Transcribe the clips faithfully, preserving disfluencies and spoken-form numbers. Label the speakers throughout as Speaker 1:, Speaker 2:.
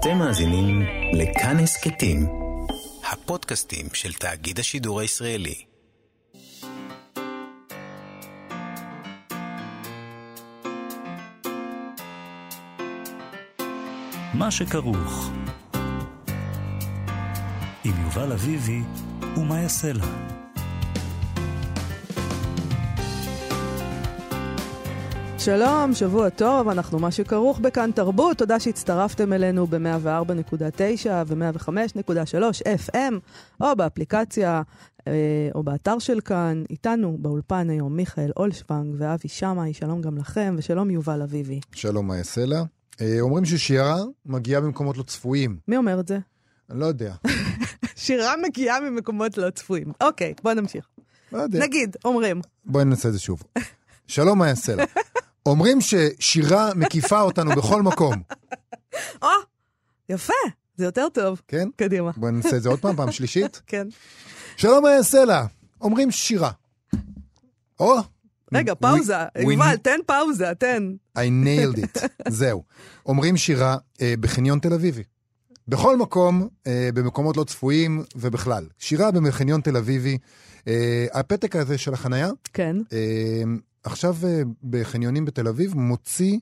Speaker 1: אתם מאזינים לכאן הסכתים, הפודקאסטים של תאגיד השידור הישראלי.
Speaker 2: מה שכרוך עם יובל אביבי ומה יעשה לה.
Speaker 3: שלום, שבוע טוב, אנחנו מה שכרוך בכאן תרבות, תודה שהצטרפתם אלינו ב-מאה וארבע נקודה תשע ו-מאה וחמש נקודה שלוש אף אם, או באפליקציה, או באתר של כאן, איתנו באולפן היום מיכאל אולשוונג ואבי שמאי, שלום גם לכם, ושלום יובל אביבי.
Speaker 4: שלום, מה יעשה לה? אומרים ששירה מגיעה במקומות לא צפויים.
Speaker 3: מי אומר את זה?
Speaker 4: אני לא יודע.
Speaker 3: שירה מגיעה ממקומות לא צפויים. אוקיי, בוא נמשיך.
Speaker 4: לא יודע.
Speaker 3: נגיד, אומרים.
Speaker 4: בואי ננסה את זה שוב. שלום, מה יעשה לה? אומרים ששירה מקיפה אותנו בכל מקום.
Speaker 3: או, יפה, זה יותר טוב.
Speaker 4: כן?
Speaker 3: קדימה.
Speaker 4: בואי ננסה את זה עוד פעם, פעם שלישית.
Speaker 3: כן.
Speaker 4: שלום, מה יעשה לה? אומרים שירה. או.
Speaker 3: רגע, פאוזה. יובל, תן פאוזה, תן.
Speaker 4: I nailed it. זהו. אומרים שירה אה, בחניון תל אביבי. בכל מקום, אה, במקומות לא צפויים ובכלל. שירה בחניון תל אביבי. אה, הפתק הזה של החנייה.
Speaker 3: כן.
Speaker 4: אה, עכשיו בחניונים בתל אביב מוציא,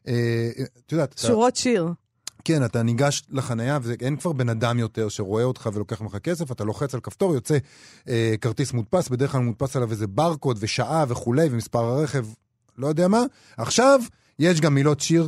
Speaker 4: את יודעת...
Speaker 3: שורות שיר.
Speaker 4: כן, אתה ניגש לחנייה, ואין כבר בן אדם יותר שרואה אותך ולוקח לך כסף, אתה לוחץ על כפתור, יוצא כרטיס מודפס, בדרך כלל מודפס עליו איזה ברקוד ושעה וכולי, ומספר הרכב, לא יודע מה. עכשיו יש גם מילות שיר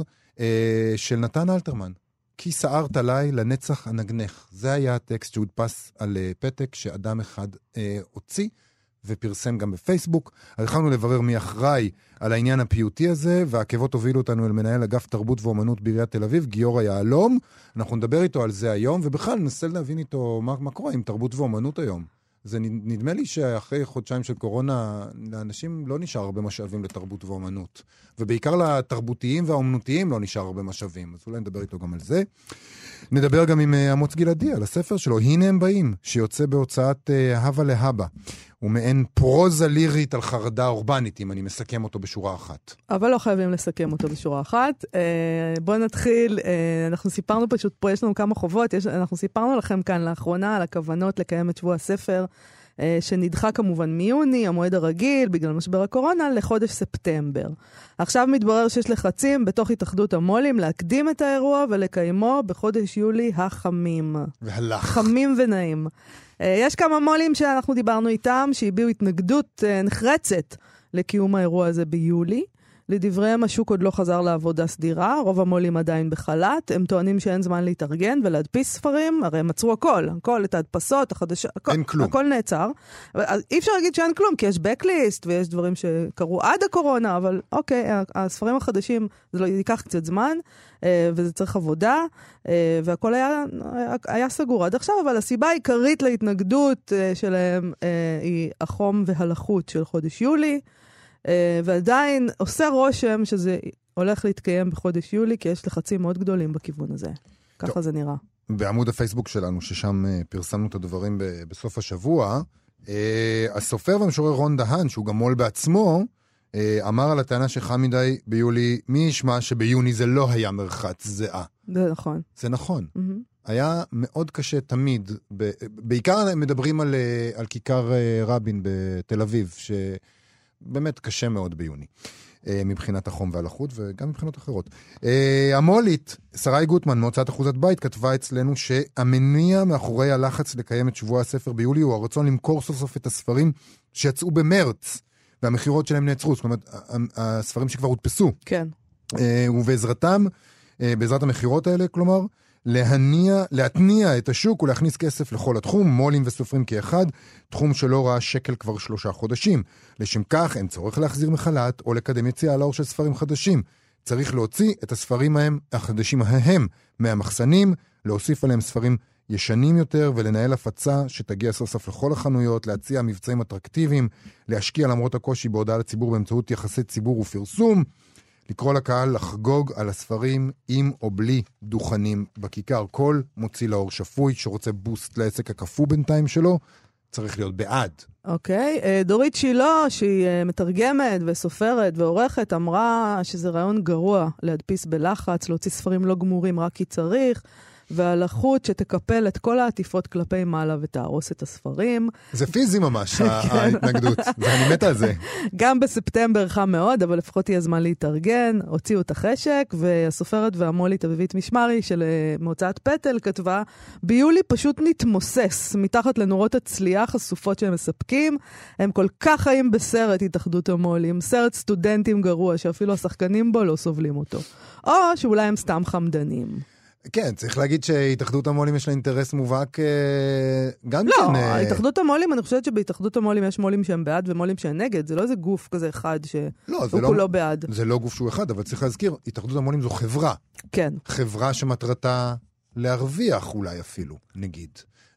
Speaker 4: של נתן אלתרמן. כי סערת עליי לנצח הנגנך. זה היה הטקסט שהודפס על פתק שאדם אחד הוציא, ופרסם גם בפייסבוק. התחלנו לברר מי אחראי על העניין הפיוטי הזה, והעקבות הובילו אותנו אל מנהל אגף תרבות ואומנות בעיריית תל אביב, גיורא יהלום. אנחנו נדבר איתו על זה היום, ובכלל ננסה להבין איתו מה, מה קורה עם תרבות ואומנות היום. זה נדמה לי שאחרי חודשיים של קורונה, לאנשים לא נשאר הרבה משאבים לתרבות ואומנות. ובעיקר לתרבותיים והאומנותיים לא נשאר הרבה משאבים. אז אולי נדבר איתו גם על זה. נדבר גם עם אמוץ גלעדי על הספר שלו, הנה הם באים, שיוצא בהוצאת הווה להבה. הוא מעין פרוזה לירית על חרדה אורבנית, אם אני מסכם אותו בשורה אחת.
Speaker 3: אבל לא חייבים לסכם אותו בשורה אחת. בואו נתחיל, אנחנו סיפרנו פשוט, פה יש לנו כמה חובות, אנחנו סיפרנו לכם כאן לאחרונה על הכוונות לקיים את שבוע הספר, שנדחה כמובן מיוני, המועד הרגיל, בגלל משבר הקורונה, לחודש ספטמבר. עכשיו מתברר שיש לחצים בתוך התאחדות המולים להקדים את האירוע ולקיימו בחודש יולי החמים.
Speaker 4: והלך.
Speaker 3: חמים ונעים. יש כמה מולים שאנחנו דיברנו איתם, שהביאו התנגדות נחרצת לקיום האירוע הזה ביולי. לדבריהם השוק עוד לא חזר לעבודה סדירה, רוב המולים עדיין בחל"ת, הם טוענים שאין זמן להתארגן ולהדפיס ספרים, הרי הם עצרו הכל, הכל, את ההדפסות, החדשה, הכל,
Speaker 4: אין כלום.
Speaker 3: הכל נעצר. אי אפשר להגיד שאין כלום, כי יש בקליסט ויש דברים שקרו עד הקורונה, אבל אוקיי, הספרים החדשים, זה לא ייקח קצת זמן, וזה צריך עבודה, והכל היה, היה סגור עד עכשיו, אבל הסיבה העיקרית להתנגדות שלהם היא החום והלחות של חודש יולי, Uh, ועדיין עושה רושם שזה הולך להתקיים בחודש יולי, כי יש לחצים מאוד גדולים בכיוון הזה. ככה טוב. זה נראה. בעמוד
Speaker 4: הפייסבוק שלנו, ששם uh, פרסמנו את הדברים ב- בסוף השבוע, uh, הסופר והמשורר רון דהן, שהוא גם מול בעצמו, uh, אמר על הטענה שחם מדי ביולי, מי ישמע שביוני זה לא היה מרחץ זהה.
Speaker 3: זה נכון.
Speaker 4: זה נכון.
Speaker 3: Mm-hmm.
Speaker 4: היה מאוד קשה תמיד, ב- בעיקר מדברים על, uh, על כיכר uh, רבין בתל אביב, ש... באמת קשה מאוד ביוני, מבחינת החום והלחות, וגם מבחינות אחרות. המולית, שרי גוטמן, מהוצאת אחוזת בית, כתבה אצלנו שהמניע מאחורי הלחץ לקיים את שבוע הספר ביולי, הוא הרצון למכור סוף סוף את הספרים שיצאו במרץ, והמחירות שלהם נעצרו, זאת אומרת, הספרים שכבר הודפסו.
Speaker 3: כן.
Speaker 4: ובעזרתם, בעזרת המחירות האלה, כלומר, להניע, להתניע את השוק ולהכניס כסף לכל התחום, מולים וסופרים כאחד, תחום שלא ראה שקל כבר שלושה חודשים. לשם כך אין צורך להחזיר מחל"ת או לקדם יציאה לאור של ספרים חדשים. צריך להוציא את הספרים ההם, החדשים ההם מהמחסנים, להוסיף עליהם ספרים ישנים יותר ולנהל הפצה שתגיע סוף סוף לכל החנויות, להציע מבצעים אטרקטיביים, להשקיע למרות הקושי בהודעה לציבור באמצעות יחסי ציבור ופרסום, לקרוא לקהל לחגוג על הספרים עם או בלי דוכנים בכיכר. כל מוציא לאור שפוי שרוצה בוסט לעסק הקפוא בינתיים שלו, צריך להיות בעד.
Speaker 3: אוקיי, דורית שילה, שהיא מתרגמת וסופרת ועורכת, אמרה שזה רעיון גרוע להדפיס בלחץ, להוציא ספרים לא גמורים רק כי צריך, והלחות שתקפל את כל העטיפות כלפי מעלה ותהרוס את הספרים.
Speaker 4: זה פיזי ממש, ההתנגדות, ואני מת על זה.
Speaker 3: גם בספטמבר חם מאוד, אבל לפחות תהיה זמן להתארגן, הוציאו את החשק, והסופרת והמולית אביבית משמרי של מוצאת פטל כתבה, ביולי פשוט נתמוסס מתחת לנורות הצלייה החשופות שהם מספקים, הם כל כך חיים בסרט התאחדות המולים, סרט סטודנטים גרוע, שאפילו השחקנים בו לא סובלים אותו. או שאולי הם סתם חמדנים.
Speaker 4: כן, צריך להגיד שהתאחדות המולים יש לה אינטרס מובהק גם
Speaker 3: לא,
Speaker 4: כן.
Speaker 3: לא, התאחדות המולים, אני חושבת שבהתאחדות המולים יש מולים שהם בעד ומולים שהם נגד, זה לא איזה גוף כזה אחד שהוא כולו בעד.
Speaker 4: זה לא גוף שהוא אחד, אבל צריך להזכיר, התאחדות המולים זו חברה.
Speaker 3: כן.
Speaker 4: חברה שמטרתה להרוויח אולי אפילו, נגיד.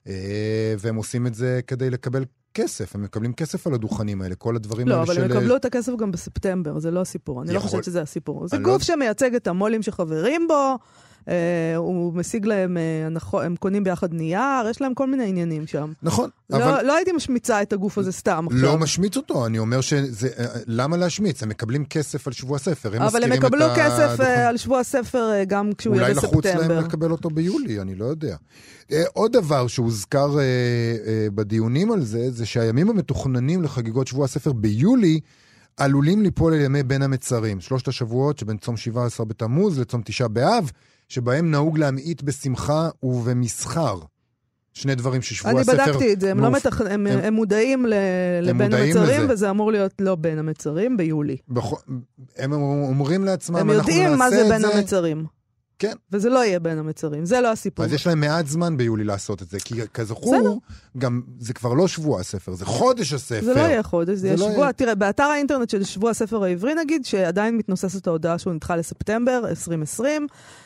Speaker 4: והם עושים את זה כדי לקבל כסף, הם מקבלים כסף על הדוכנים האלה, כל הדברים
Speaker 3: לא,
Speaker 4: האלה
Speaker 3: של...
Speaker 4: של...
Speaker 3: לא, אבל הם יקבלו את הכסף גם בספטמבר, זה לא הסיפור. אני יכול... לא חושבת שזה הסיפור. זה גוף
Speaker 4: לא...
Speaker 3: שמייצג את המולים שחברים בו, אה, הוא משיג להם, אה, הם קונים ביחד נייר, יש להם כל מיני עניינים שם.
Speaker 4: נכון.
Speaker 3: לא,
Speaker 4: אבל...
Speaker 3: לא הייתי משמיצה את הגוף הזה סתם עכשיו.
Speaker 4: לא משמיץ אותו, אני אומר שזה... למה להשמיץ? הם מקבלים כסף על שבוע הספר, הם
Speaker 3: אבל הם יקבלו כסף הדוכן... על שבוע הספר גם כשהוא יהיה בספטמבר.
Speaker 4: אולי לחוץ להם לקבל אותו ביולי, אני לא יודע. עוד דבר שהוזכר אה, אה, בדיונים על זה, זה שהימים המתוכננים לחגיגות שבוע הספר ביולי, עלולים ליפול על ימי בין המצרים. שלושת השבועות שבין צום שבעה עשר בתמוז לצום תשעה באב, שבהם נהוג להמעיט בשמחה ובמסחר. שני דברים ששבוע
Speaker 3: אני
Speaker 4: הספר...
Speaker 3: אני בדקתי את זה, הם,
Speaker 4: מופ...
Speaker 3: לא מתכ... הם, הם, הם מודעים ל... הם לבין
Speaker 4: מודעים
Speaker 3: המצרים,
Speaker 4: לזה.
Speaker 3: וזה אמור להיות לא בין המצרים ביולי.
Speaker 4: בח... הם אומרים לעצמם,
Speaker 3: הם
Speaker 4: אנחנו
Speaker 3: יודעים מה זה בין
Speaker 4: זה...
Speaker 3: המצרים.
Speaker 4: כן.
Speaker 3: וזה לא יהיה בין המצרים, זה לא הסיפור.
Speaker 4: אז יש להם מעט זמן ביולי לעשות את זה, כי כזכור, גם זה כבר לא שבוע הספר, זה חודש הספר.
Speaker 3: זה לא יהיה חודש, זה יהיה
Speaker 4: לא
Speaker 3: שבוע.
Speaker 4: יהיה...
Speaker 3: תראה, באתר האינטרנט של שבוע הספר העברי נגיד, שעדיין מתנוססת ההודעה שהוא נדחה לספטמבר עשרים עשרים,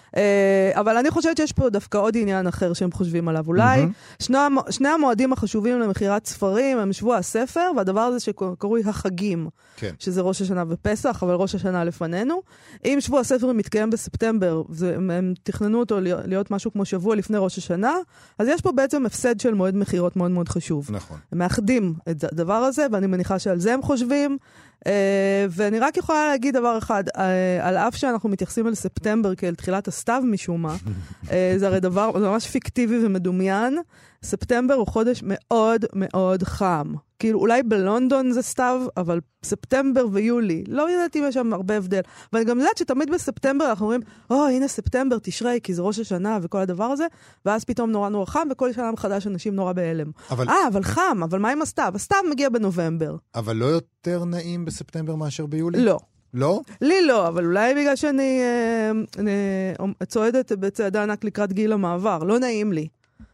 Speaker 3: אבל אני חושבת שיש פה דווקא עוד עניין אחר שהם חושבים עליו. אולי שני, שני המועדים החשובים למחירת ספרים הם שבוע הספר, והדבר הזה שקרוי החגים,
Speaker 4: כן.
Speaker 3: שזה ראש השנה ופסח, אבל ראש השנה לפנינו. אם שבוע הספר מתקיים בספטמבר, הם, הם תכננו אותו להיות משהו כמו שבוע לפני ראש השנה, אז יש פה בעצם הפסד של מועד מחירות מאוד מאוד חשוב.
Speaker 4: נכון.
Speaker 3: הם מאחדים את הדבר הזה, ואני מניחה שעל זה הם חושבים, Uh, ואני רק יכולה להגיד דבר אחד, uh, על אף שאנחנו מתייחסים אל ספטמבר כאל תחילת הסתיו משום מה, uh, זה הרי דבר, זה ממש פיקטיבי ומדומיין, ספטמבר הוא חודש מאוד מאוד חם. כאילו אולי בלונדון זה סתיו, אבל ספטמבר ויולי, לא ידעתי אם יש שם הרבה הבדל. ואני גם יודעת שתמיד בספטמבר אנחנו אומרים, או, הנה ספטמבר, תשרי, כי זה ראש השנה וכל הדבר הזה, ואז פתאום נורא נורא חם, וכל שנה מחדש אנשים נורא בהלם. אבל... אה, אבל חם, אבל מה עם הסתיו? הסתיו מגיע בנובמבר.
Speaker 4: אבל לא יותר נעים בספטמבר מאשר ביולי?
Speaker 3: לא.
Speaker 4: לא?
Speaker 3: לי לא, אבל אולי בגלל שאני אה, אה, צועדת בצעדה ענק לקראת גיל המעבר. לא נעים לי.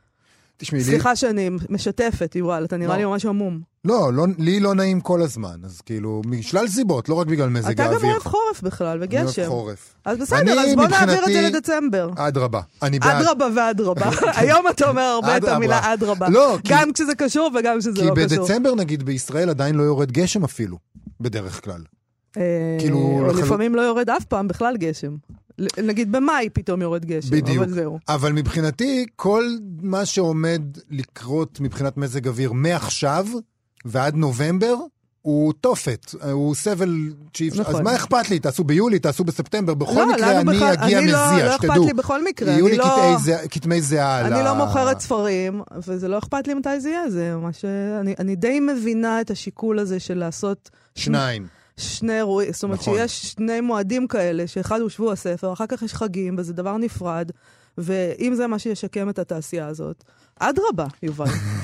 Speaker 4: תשמעי,
Speaker 3: סליחה
Speaker 4: לי...
Speaker 3: שאני משתפת, יובל, אתה נראה
Speaker 4: לא.
Speaker 3: לי ממש עמום.
Speaker 4: לא, לא, לי לא נעים כל הזמן, אז כאילו, משלל סיבות, לא רק בגלל מזג האוויר.
Speaker 3: אתה גם אוהב חורף בכלל, וגשם. אני
Speaker 4: אוהב חורף.
Speaker 3: אז בסדר, אז בוא נעביר את זה לדצמבר.
Speaker 4: עד רבה. אני בעד.
Speaker 3: עד רבה ועד רבה. היום אתה אומר הרבה את המילה עד רבה.
Speaker 4: לא,
Speaker 3: גם כשזה קשור וגם כשזה לא קשור.
Speaker 4: כי בדצמבר, נגיד, בישראל עדיין לא יורד גשם אפילו, בדרך כלל. כאילו...
Speaker 3: או לפעמים לא יורד אף פעם בכלל גשם. נגיד במאי פתאום יורד גשם,
Speaker 4: בדיוק.
Speaker 3: אבל זהו.
Speaker 4: אבל מבחינתי, כל מה שעומד לקרות מבחינת מזג אוויר מעכשיו ועד נובמבר, הוא תופת, הוא סבל שאיפשר. נכון. אז מה אכפת לי? תעשו ביולי, תעשו בספטמבר, בכל לא, מקרה אני בכלל, אגיע
Speaker 3: אני
Speaker 4: מזיע,
Speaker 3: לא,
Speaker 4: שתדעו.
Speaker 3: לא אכפת לי בכל מקרה.
Speaker 4: יהיו לי
Speaker 3: לא...
Speaker 4: כתמי זיעה.
Speaker 3: אני
Speaker 4: לה...
Speaker 3: לא מוכרת ספרים, וזה לא אכפת לי מתי זה יהיה. זה ממש... אני, אני די מבינה את השיקול הזה של לעשות...
Speaker 4: שניים.
Speaker 3: שני אירועים, זאת אומרת
Speaker 4: נכון.
Speaker 3: שיש שני מועדים כאלה, שאחד הוא שבוע הספר, אחר כך יש חגים, וזה דבר נפרד, ואם זה מה שישקם את התעשייה הזאת, עד רבה, יובל.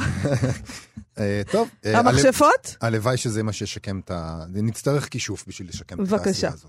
Speaker 4: טוב.
Speaker 3: המכשפות?
Speaker 4: הלוואי שזה מה שישקם את ה... נצטרך כישוף בשביל לשקם את התעשייה הזאת.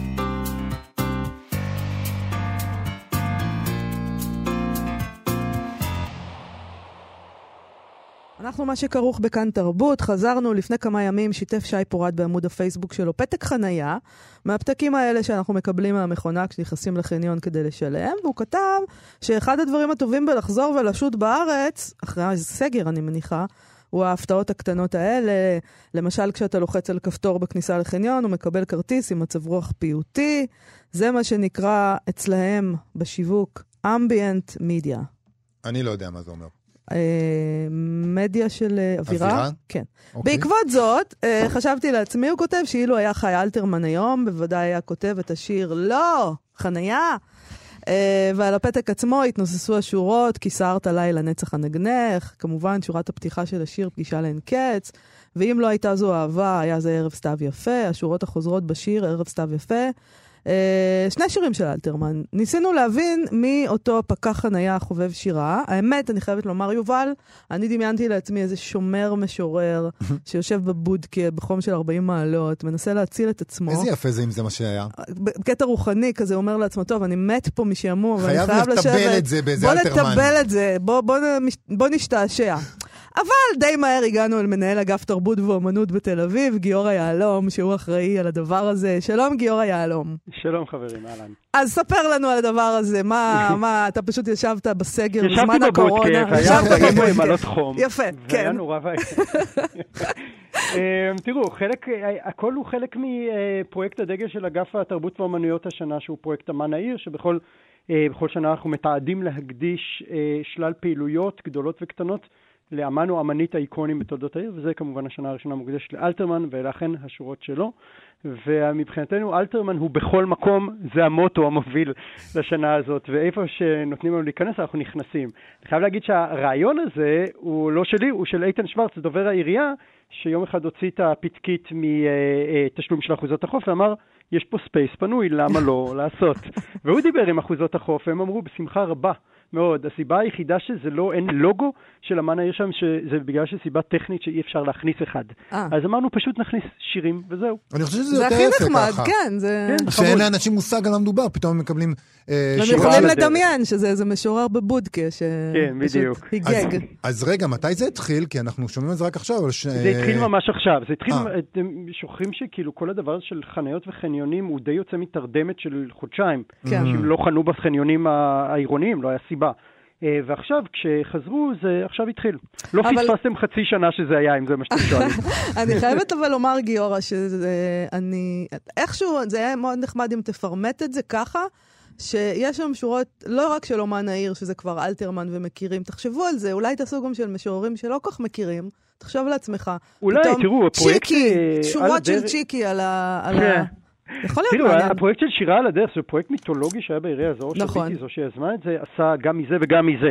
Speaker 3: אנחנו מה שכרוך בכאן תרבות, חזרנו לפני כמה ימים, שיתף שי פורד בעמוד הפייסבוק שלו, פתק חנייה, מהפתקים האלה שאנחנו מקבלים מהמכונה כשנכנסים לחניון כדי לשלם, והוא כתב שאחד הדברים הטובים בלחזור ולשוט בארץ, אחרי הסגר אני מניחה, הוא ההפתעות הקטנות האלה, למשל כשאתה לוחץ על כפתור בכניסה לחניון, הוא מקבל כרטיס עם מצב רוח פיוטי, זה מה שנקרא אצלהם בשיווק אמביאנט מידיה.
Speaker 4: אני לא יודע מה זה אומר.
Speaker 3: מדיה של אווירה.
Speaker 4: אווירה?
Speaker 3: כן.
Speaker 4: Okay.
Speaker 3: בעקבות זאת, חשבתי לעצמי, הוא כותב שאילו היה חי אלתרמן היום, בוודאי היה כותב את השיר לא, חנייה. ועל הפתק עצמו התנוססו השורות, כיסרת לילה נצח הנגנך, כמובן שורת הפתיחה של השיר פגישה לאין קץ, ואם לא הייתה זו אהבה, היה זה ערב סתיו יפה, השורות החוזרות בשיר ערב סתיו יפה, Uh, שני שירים של אלתרמן. ניסינו להבין מי אותו פקח חניה חובב שירה. האמת, אני חייבת לומר, יובל, אני דמיינתי לעצמי איזה שומר משורר שיושב בבודקה בחום של ארבעים מעלות, מנסה להציל את עצמו.
Speaker 4: איזה יפה זה אם זה מה שהיה.
Speaker 3: בקטע רוחני כזה, הוא אומר לעצמו, טוב, אני מת פה משעמום, ואני
Speaker 4: חייב
Speaker 3: חייב לשבת.
Speaker 4: לטבל את זה באיזה אלתרמן.
Speaker 3: בוא נטבל את זה, בוא, בוא, בוא נשתעשע. אבל די מהר הגענו אל מנהל אגף תרבות ואומנות בתל אביב, גיורא יהלום, שהוא אחראי על הדבר הזה. שלום גיורא יהלום.
Speaker 5: שלום חברים, אהלן.
Speaker 3: אז ספר לנו על הדבר הזה, מה, מה, אתה פשוט ישבת בסגר בזמן
Speaker 5: הקורונה.
Speaker 3: ישבת
Speaker 5: בבודקה,
Speaker 3: בבודקה.
Speaker 5: היה מלות חום.
Speaker 3: יפה, כן.
Speaker 5: והיה נורא ואי. תראו, חלק, הכל הוא חלק מפרויקט הדגל של אגף התרבות ואומנויות השנה, שהוא פרויקט אמן העיר, שבכל בכל שנה אנחנו מתעדים להקדיש שלל פעילויות גדולות וקטנות, לאמן או אמנית האיקונים בתולדות העיר, וזה כמובן השנה הראשונה מוקדשת לאלתרמן, ולכן השורות שלו. ומבחינתנו אלתרמן הוא בכל מקום, זה המוטו המוביל לשנה הזאת, ואיפה שנותנים לנו להיכנס אנחנו נכנסים. אני חייב להגיד שהרעיון הזה הוא לא שלי, הוא של איתן שוורץ, דובר העירייה, שיום אחד הוציא את הפתקית מתשלום של אחוזות החוף, ואמר, יש פה ספייס פנוי, למה לא לעשות? והוא דיבר עם אחוזות החוף, והם אמרו, בשמחה רבה, מאוד. הסיבה היחידה שזה לא, אין לוגו של אמן העיר שם, שזה בגלל שסיבה טכנית שאי אפשר להכניס אחד. אז אמרנו, פשוט נכניס שירים, וזהו.
Speaker 4: אני חושב שזה יותר יפה ככה.
Speaker 3: זה הכי נחמד, כן.
Speaker 4: שאין לאנשים מושג על המדובר, פתאום הם מקבלים
Speaker 3: שירה. הם יכולים לדמיין שזה איזה משורר בבודקה, שפשוט היגג.
Speaker 4: אז רגע, מתי זה התחיל? כי אנחנו שומעים את זה רק עכשיו.
Speaker 5: זה התחיל ממש עכשיו. זה התחיל, שוכחים שכאילו כל הדבר של חניות וחניונים הוא די יוצא מתרדמת של חודשיים. אנשים לא חנו בחניונים העירוניים, לא היה סיבה. ועכשיו, כשחזרו, זה עכשיו התחיל. לא פספסתם חצי שנה שזה היה, אם זה מה שאתם שואלים.
Speaker 3: אני חייבת אבל לומר, גיורא, שאני... איכשהו, זה היה מאוד נחמד אם תפרמט את זה ככה, שיש שם שורות, לא רק של אומן העיר, שזה כבר אלתרמן ומכירים. תחשבו על זה, אולי תעשו גם של משוררים שלא כך מכירים. תחשוב לעצמך.
Speaker 5: אולי, תראו, הפרויקט...
Speaker 3: צ'יקי, שורות של צ'יקי על ה... יכול להיות
Speaker 5: תראו,
Speaker 3: מעניין.
Speaker 5: הפרויקט של שירה על הדרך, זה פרויקט מיתולוגי שהיה בעירייה זו,
Speaker 3: נכון.
Speaker 5: שביטי זו שיזמה את זה, עשה גם מזה וגם מזה.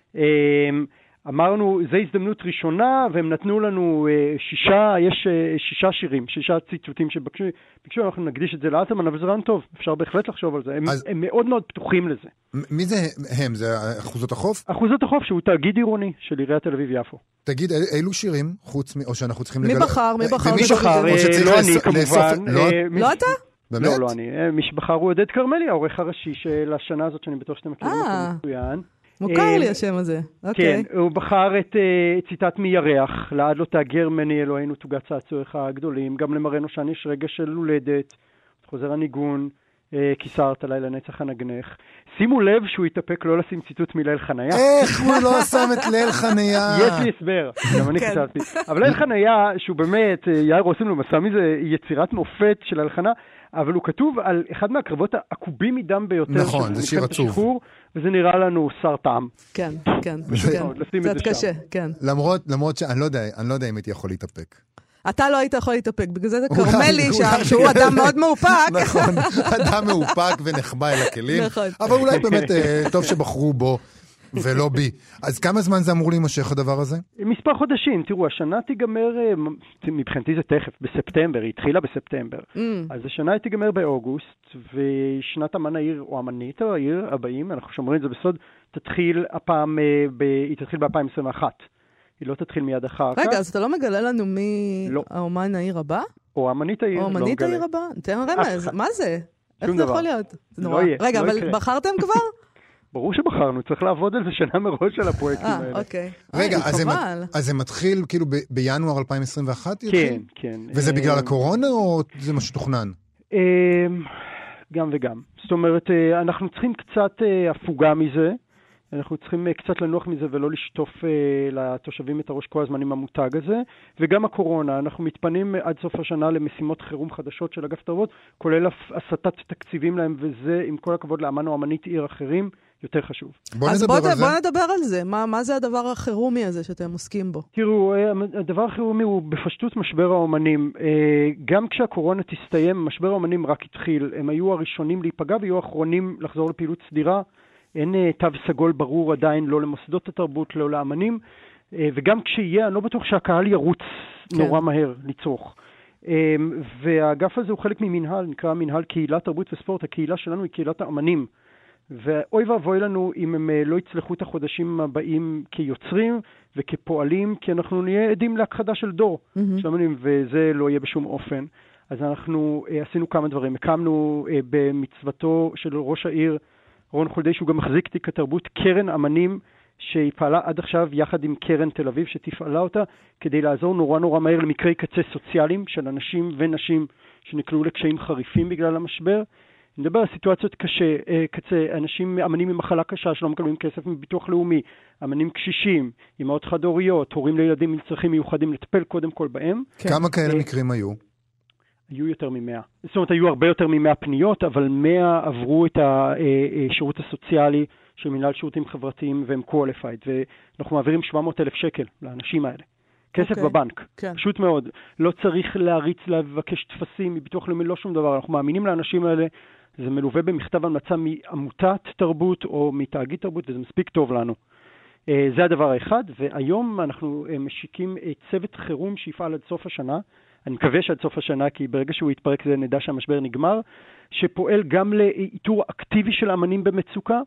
Speaker 5: אמרנו, זו הזדמנות ראשונה, והם נתנו לנו שישה, יש שישה שירים, שישה ציטוטים שבקשו, ביקשו, אנחנו נקדיש את זה לאלתרמן, אבל זה רעיון טוב, אפשר בהחלט לחשוב על זה, הם, אז... הם מאוד מאוד פתוחים לזה.
Speaker 4: מי זה הם? זה אחוזות החוף?
Speaker 5: אחוזות החוף, שהוא תאגיד עירוני של עיריית תל אביב יפו. תגיד,
Speaker 4: אילו שירים, חוץ מ... או שאנחנו צריכים
Speaker 3: לגלל... מי בחר? מי בחר?
Speaker 5: מי בחר? לא אני כמובן.
Speaker 3: לא אתה?
Speaker 5: באמת? לא, לא אני. מי שבחר הוא עודד קרמלי, העורך הראשי של השנה הזאת, שאני בטוח שאתם מכירים אותו מצוין.
Speaker 3: מוכר לי השם הזה.
Speaker 5: כן, הוא בחר את ציטט מירח, לעד לא תאגר מני אלוהינו תוגת צעצועיך הגדולים, גם למראנו שאני יש רגע של הולדת, חוזר הניגון, כיסרת לילה נצח הנגנך. שימו לב שהוא יתאפק לא לשים ציטוט מליל חניה.
Speaker 4: איך הוא לא שם את ליל חניה?
Speaker 5: יש לי הסבר, גם אני כתבתי. אבל ליל חניה, שהוא באמת, יאיר עושים לו מסע מזה יצירת מופת של הלחנה, אבל הוא כתוב על אחד מהקרבות העקובים מדם ביותר.
Speaker 4: נכון, זה שיר עצוב.
Speaker 5: וזה נראה לנו שר טעם.
Speaker 3: כן, כן. קצת קשה, כן.
Speaker 4: למרות שאני לא יודע, אני לא יודע אם הייתי יכול להתאפק.
Speaker 3: אתה לא היית יכול להתאפק, בגלל זה זה קרמלי, שהוא אדם מאוד מאופק.
Speaker 4: נכון, אדם מאופק ונחבא אל הכלים. אבל אולי באמת טוב שבחרו בו ולא בי. אז כמה זמן זה אמור להימשך הדבר הזה?
Speaker 5: מספר חודשים. תראו, השנה תיגמר, מבחינתי זה תכף, בספטמבר, היא התחילה בספטמבר. אז השנה היא תיגמר באוגוסט, ושנת אמן העיר, או אמנית העיר הבאים, אנחנו שומרים את זה בסוד, תתחיל הפעם, היא תתחיל ב-אלפיים עשרים ואחת. היא לא תתחיל מיד אחר כך.
Speaker 3: רגע, אז אתה לא מגלה לנו מי האומן העיר הבא?
Speaker 5: או אמנית העיר,
Speaker 3: או אמנית העיר הבא? תן רמז, מה זה? איך זה יכול להיות? רגע, אבל בחרתם כבר?
Speaker 5: ברור שבחרנו, צריך לעבוד על זה שנה מראש על הפרויקטים האלה.
Speaker 3: אה, אוקיי.
Speaker 4: רגע, אז זה מתחיל כאילו בינואר אלפיים עשרים ואחת?
Speaker 5: כן, כן.
Speaker 4: וזה בגלל הקורונה או זה מה שתוכנן?
Speaker 5: גם וגם. זאת אומרת, אנחנו צריכים קצת הפוגה מזה, אנחנו צריכים קצת לנוח מזה ולא לשטוף לתושבים את הראש כל הזמן עם המותג הזה, וגם הקורונה, אנחנו מתפנים עד סוף השנה למשימות חירום חדשות של אגף תרבות, כולל הסטת תקציבים להם, וזה עם כל הכבוד לאמן או אמנית עיר אחרים, יותר חשוב.
Speaker 4: בוא
Speaker 3: אז
Speaker 4: נדבר
Speaker 3: בוא,
Speaker 4: על זה.
Speaker 3: בוא נדבר על זה. מה, מה זה הדבר החירומי הזה שאתם עוסקים בו?
Speaker 5: תראו, הדבר החירומי הוא בפשטות משבר האומנים. גם כשהקורונה תסתיים, משבר האומנים רק התחיל. הם היו הראשונים להיפגע ויהיו האחרונים לחזור לפעילות סדירה. אין תו סגול ברור עדיין, לא למוסדות התרבות, לא לאמנים. וגם כשיהיה, אני לא בטוח שהקהל ירוץ כן. נורא מהר לצרוך. והאגף הזה הוא חלק ממנהל, נקרא מנהל קהילת תרבות וספורט. הקהילה שלנו היא קהילת האמנים. ואוי ואבוי לנו אם הם לא יצלחו את החודשים הבאים כיוצרים וכפועלים, כי אנחנו נהיה עדים להכחדה של דור, mm-hmm. שאמנים, וזה לא יהיה בשום אופן. אז אנחנו עשינו כמה דברים. הקמנו במצוותו של ראש העיר, רון חולדי, שהוא גם מחזיק תיק התרבות, קרן אמנים, שהיא פעלה עד עכשיו יחד עם קרן תל אביב, שתפעלה אותה, כדי לעזור נורא נורא מהר למקרי קצה סוציאליים של אנשים ונשים שנקלעו לקשיים חריפים בגלל המשבר. נדבר על סיטואציות קשה, קצה, אנשים, אמנים עם מחלה קשה שלא מקבלים כסף מביטוח לאומי, אמנים קשישים, אמהות חד-הוריות, הורים לילדים עם צרכים מיוחדים, לטפל קודם כל בהם.
Speaker 4: כן. כמה כאלה מקרים היו?
Speaker 5: היו יותר ממאה. זאת אומרת, היו הרבה יותר ממאה פניות, אבל מאה עברו את השירות הסוציאלי של מנהל שירותים חברתיים והם qualified, ואנחנו מעבירים שבע מאות אלף שקל לאנשים האלה. כסף okay. בבנק, כן. פשוט מאוד. לא צריך להריץ לבקש תפסים מביטוח לאומי, לא שום דבר. אנחנו מאמינים לאנשים האלה, זה מלווה במכתב המלצה מעמותת תרבות או מתאגיד תרבות, וזה מספיק טוב לנו. זה הדבר האחד, והיום אנחנו משיקים צוות חירום שיפעל עד סוף השנה, אני מקווה שעד סוף השנה, כי ברגע שהוא יתפרק זה נדע שהמשבר נגמר, שפועל גם לאיתור אקטיבי של אמנים במצוקה,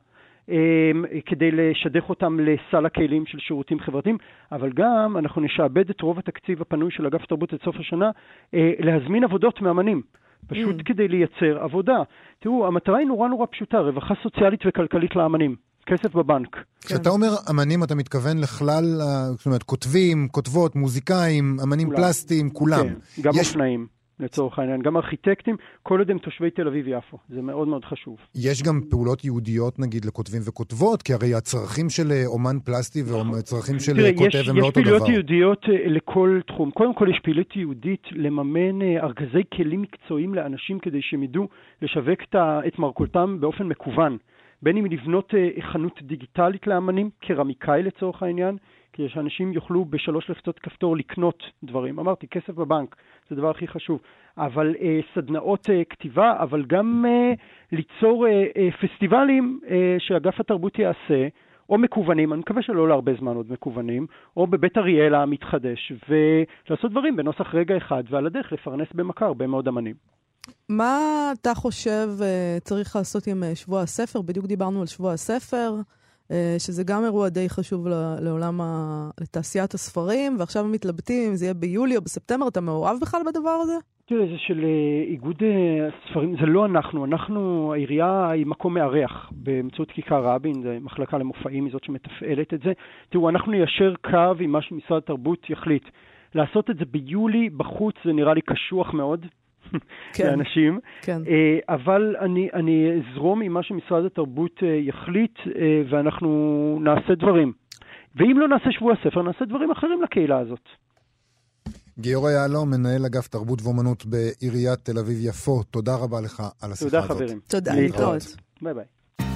Speaker 5: כדי לשדך אותם לסל הכלים של שירותים חברתיים, אבל גם אנחנו נשעבד את רוב התקציב הפנוי של אגף תרבות עד סוף השנה, להזמין עבודות מאמנים. פשוט mm. כדי לייצר עבודה. תראו, המטרה היא נורא נורא פשוטה, רווחה סוציאלית וכלכלית לאמנים. כסף בבנק.
Speaker 4: כשאתה אומר אמנים, אתה מתכוון לכלל, זאת אומרת, כותבים, כותבות, מוזיקאים, אמנים כולם. פלסטיים, כולם.
Speaker 5: כן, גם יש... אופנאים, לצורך העניין, גם ארכיטקטים, כל עוד הם תושבי תל אביב יפו. זה מאוד מאוד חשוב. יש
Speaker 4: גם פעולות יהודיות, נגיד, לכותבים וכותבות, כי הרי הצרכים של אומן פלסטי והצרכים של תראה, כותב יש, הם לא אותו דבר. יש
Speaker 5: פעילות יהודיות לכל תחום. קודם כל, יש פעילות יהודית לממן ארגזי כלים מקצועיים לאנשים, כדי שהם ידעו לשווק את מרכולתם באופן מקוון. בין אם לבנות חנות דיגיטלית לאמנים, קרמיקאי לצורך העניין, כדי שאנשים יוכלו בשלוש לחצות כפתור לקנות דברים. אמרתי, כסף בבנק, זה הדבר הכי חשוב. אבל אה, סדנאות אה, כתיבה, אבל גם אה, ליצור אה, אה, פסטיבלים אה, שאגף התרבות יעשה, או מקוונים, אני מקווה שלא להרבה זמן עוד מקוונים, או בבית אריאלה המתחדש, ולעשות דברים בנוסח רגע אחד, ועל הדרך לפרנס במכה הרבה מאוד אמנים.
Speaker 3: מה אתה חושב צריך לעשות עם שבוע הספר? בדיוק דיברנו על שבוע הספר, שזה גם אירוע די חשוב לעולם, לתעשיית הספרים, ועכשיו מתלבטים אם זה יהיה ביולי או בספטמבר. אתה מעורב בכלל בדבר הזה?
Speaker 5: תראה, זה של איגוד הספרים, זה לא אנחנו. אנחנו, העירייה היא מקום מארח באמצעות כיכר רבין, זה מחלקה למופעים, היא זאת שמתפעלת את זה. תראו, אנחנו ניישר קו עם מה שמשרד התרבות יחליט. לעשות את זה ביולי בחוץ זה נראה לי קשוח מאוד. כן, לאנשים, כן. אבל אני, אני אזרום עם מה שמשרד התרבות יחליט, ואנחנו נעשה דברים. ואם לא נעשה שבוע הספר, נעשה דברים אחרים לקהילה הזאת.
Speaker 4: גיורא יהלום, מנהל אגף תרבות ואומנות בעיריית תל אביב-יפו, תודה רבה לך על השיחה הזאת.
Speaker 5: תודה חברים.
Speaker 3: תודה, להתראות.
Speaker 5: ביי ביי.